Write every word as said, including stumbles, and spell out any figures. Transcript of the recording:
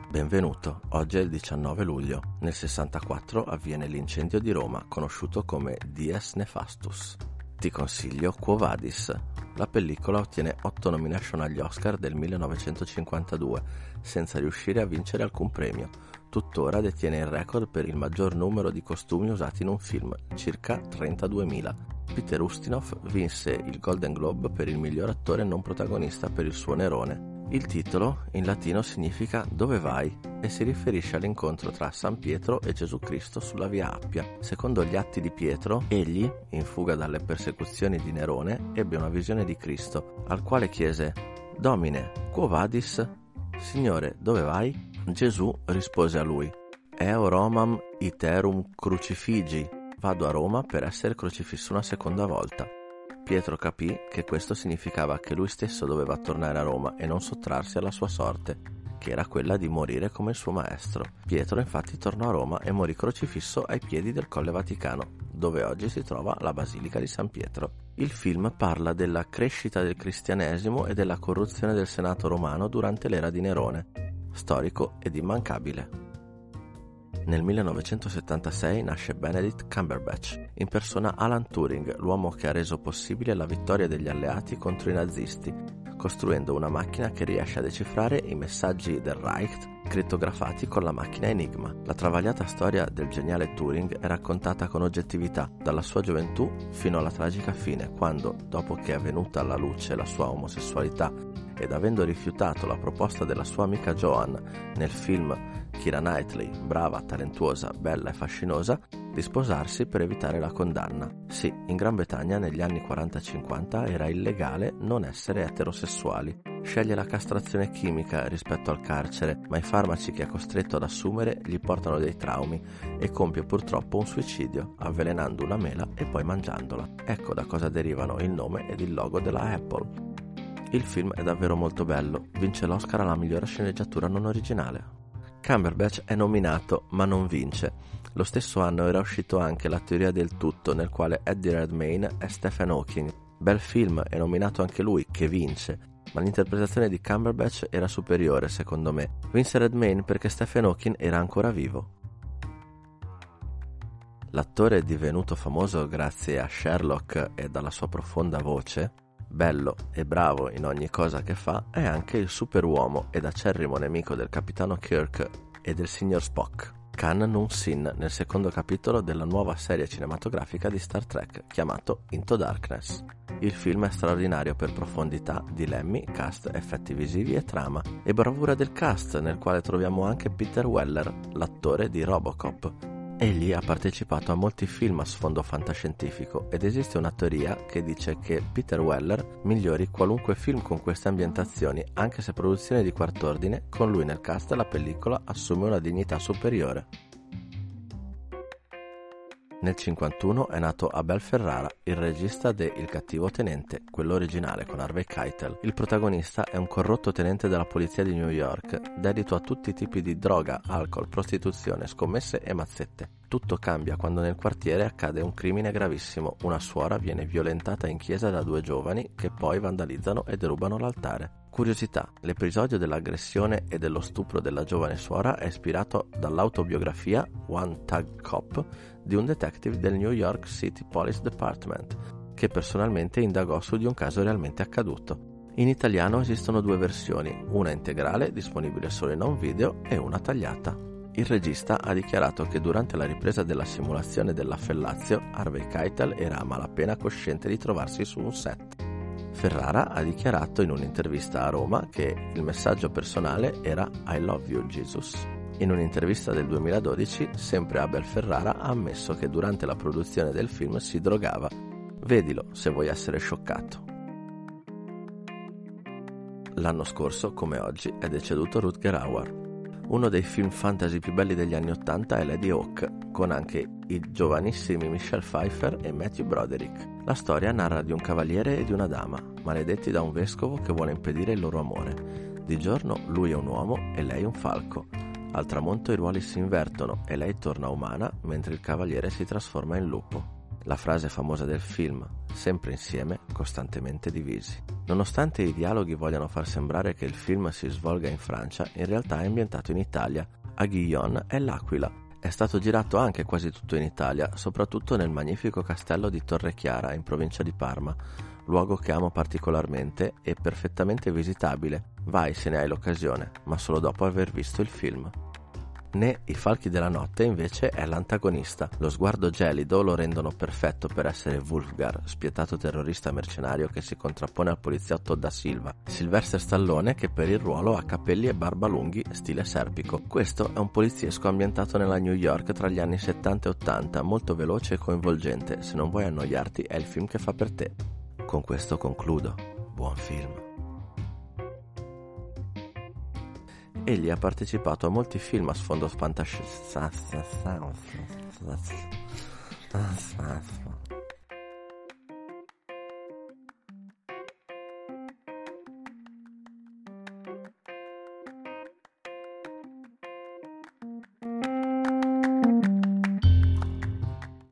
Benvenuto, oggi è il diciannove luglio. Nel sessantaquattro avviene l'incendio di Roma, conosciuto come Dies Nefastus. Ti consiglio Quo Vadis. La pellicola ottiene otto nomination agli Oscar del millenovecentocinquantadue, senza riuscire a vincere alcun premio. Tuttora detiene il record per il maggior numero di costumi usati in un film, circa trentaduemila. Peter Ustinov vinse il Golden Globe per il miglior attore non protagonista per il suo Nerone. Il titolo in latino significa "Dove vai?" e si riferisce all'incontro tra San Pietro e Gesù Cristo sulla via Appia. Secondo gli Atti di Pietro, egli, in fuga dalle persecuzioni di Nerone, ebbe una visione di Cristo, al quale chiese: "Domine, quo vadis?" Signore, dove vai? Gesù rispose a lui: "Eo Romam iterum crucifigi." Vado a Roma per essere crocifisso una seconda volta. Pietro capì che questo significava che lui stesso doveva tornare a Roma e non sottrarsi alla sua sorte, che era quella di morire come il suo maestro. Pietro infatti tornò a Roma e morì crocifisso ai piedi del Colle Vaticano, dove oggi si trova la Basilica di San Pietro. Il film parla della crescita del cristianesimo e della corruzione del Senato romano durante l'era di Nerone, storico ed immancabile. Nel millenovecentosettantasei nasce Benedict Cumberbatch, impersona Alan Turing, l'uomo che ha reso possibile la vittoria degli alleati contro i nazisti, costruendo una macchina che riesce a decifrare i messaggi del Reich crittografati con la macchina Enigma. La travagliata storia del geniale Turing è raccontata con oggettività, dalla sua gioventù fino alla tragica fine, quando, dopo che è venuta alla luce la sua omosessualità ed avendo rifiutato la proposta della sua amica Joan nel film Keira Knightley, brava, talentuosa, bella e fascinosa, di sposarsi per evitare la condanna. Sì, in Gran Bretagna negli anni quaranta cinquanta era illegale non essere eterosessuali. Sceglie la castrazione chimica rispetto al carcere, ma i farmaci che è costretto ad assumere gli portano dei traumi e compie purtroppo un suicidio, avvelenando una mela e poi mangiandola. Ecco da cosa derivano il nome ed il logo della Apple. Il film è davvero molto bello, vince l'Oscar alla migliore sceneggiatura non originale. Cumberbatch è nominato, ma non vince. Lo stesso anno era uscito anche La teoria del tutto, nel quale Eddie Redmayne è Stephen Hawking. Bel film, è nominato anche lui, che vince, ma l'interpretazione di Cumberbatch era superiore, secondo me. Vinse Redmayne perché Stephen Hawking era ancora vivo. L'attore è divenuto famoso grazie a Sherlock e dalla sua profonda voce. Bello e bravo in ogni cosa che fa, è anche il superuomo ed acerrimo nemico del capitano Kirk e del signor Spock, Khan Noonsin, nel secondo capitolo della nuova serie cinematografica di Star Trek chiamato Into Darkness. Il film è straordinario per profondità, dilemmi, cast, effetti visivi e trama, e bravura del cast, nel quale troviamo anche Peter Weller, l'attore di Robocop. Egli ha partecipato a molti film a sfondo fantascientifico ed esiste una teoria che dice che Peter Weller migliori qualunque film con queste ambientazioni, anche se produzione di quarto ordine, con lui nel cast la pellicola assume una dignità superiore. Nel cinquantuno è nato Abel Ferrara, il regista de Il cattivo tenente, quello originale con Harvey Keitel. Il protagonista è un corrotto tenente della polizia di New York, dedito a tutti i tipi di droga, alcol, prostituzione, scommesse e mazzette. Tutto cambia quando nel quartiere accade un crimine gravissimo. Una suora viene violentata in chiesa da due giovani che poi vandalizzano e derubano l'altare. Curiosità, l'episodio dell'aggressione e dello stupro della giovane suora è ispirato dall'autobiografia One Tug Cop di un detective del New York City Police Department, che personalmente indagò su di un caso realmente accaduto. In italiano esistono due versioni, una integrale, disponibile solo in home video, e una tagliata. Il regista ha dichiarato che durante la ripresa della simulazione dell'affellazio, Harvey Keitel era a malapena cosciente di trovarsi su un set. Ferrara ha dichiarato in un'intervista a Roma che il messaggio personale era I love you Jesus. In un'intervista del duemiladodici, sempre Abel Ferrara ha ammesso che durante la produzione del film si drogava. Vedilo se vuoi essere scioccato. L'anno scorso, come oggi, è deceduto Rutger Hauer. Uno dei film fantasy più belli degli anni Ottanta è Lady Hawk, con anche i giovanissimi Michelle Pfeiffer e Matthew Broderick. La storia narra di un cavaliere e di una dama, maledetti da un vescovo che vuole impedire il loro amore. Di giorno lui è un uomo e lei un falco. Al tramonto i ruoli si invertono e lei torna umana mentre il cavaliere si trasforma in lupo. La frase famosa del film, sempre insieme, costantemente divisi. Nonostante i dialoghi vogliano far sembrare che il film si svolga in Francia, in realtà è ambientato in Italia, a Guyonne e l'Aquila. È stato girato anche quasi tutto in Italia, soprattutto nel magnifico castello di Torrechiara, in provincia di Parma, luogo che amo particolarmente e perfettamente visitabile. Vai se ne hai l'occasione, ma solo dopo aver visto il film. Né I falchi della notte invece è l'antagonista. Lo sguardo gelido lo rendono perfetto per essere Wolfgar, spietato terrorista mercenario che si contrappone al poliziotto Da Silva, Sylvester Stallone, che per il ruolo ha capelli e barba lunghi stile Serpico. Questo è un poliziesco ambientato nella New York tra gli anni settanta e ottanta, molto veloce e coinvolgente. Se non vuoi annoiarti è il film che fa per te. Con questo concludo. Buon film. Egli ha partecipato a molti film a sfondo fantascienza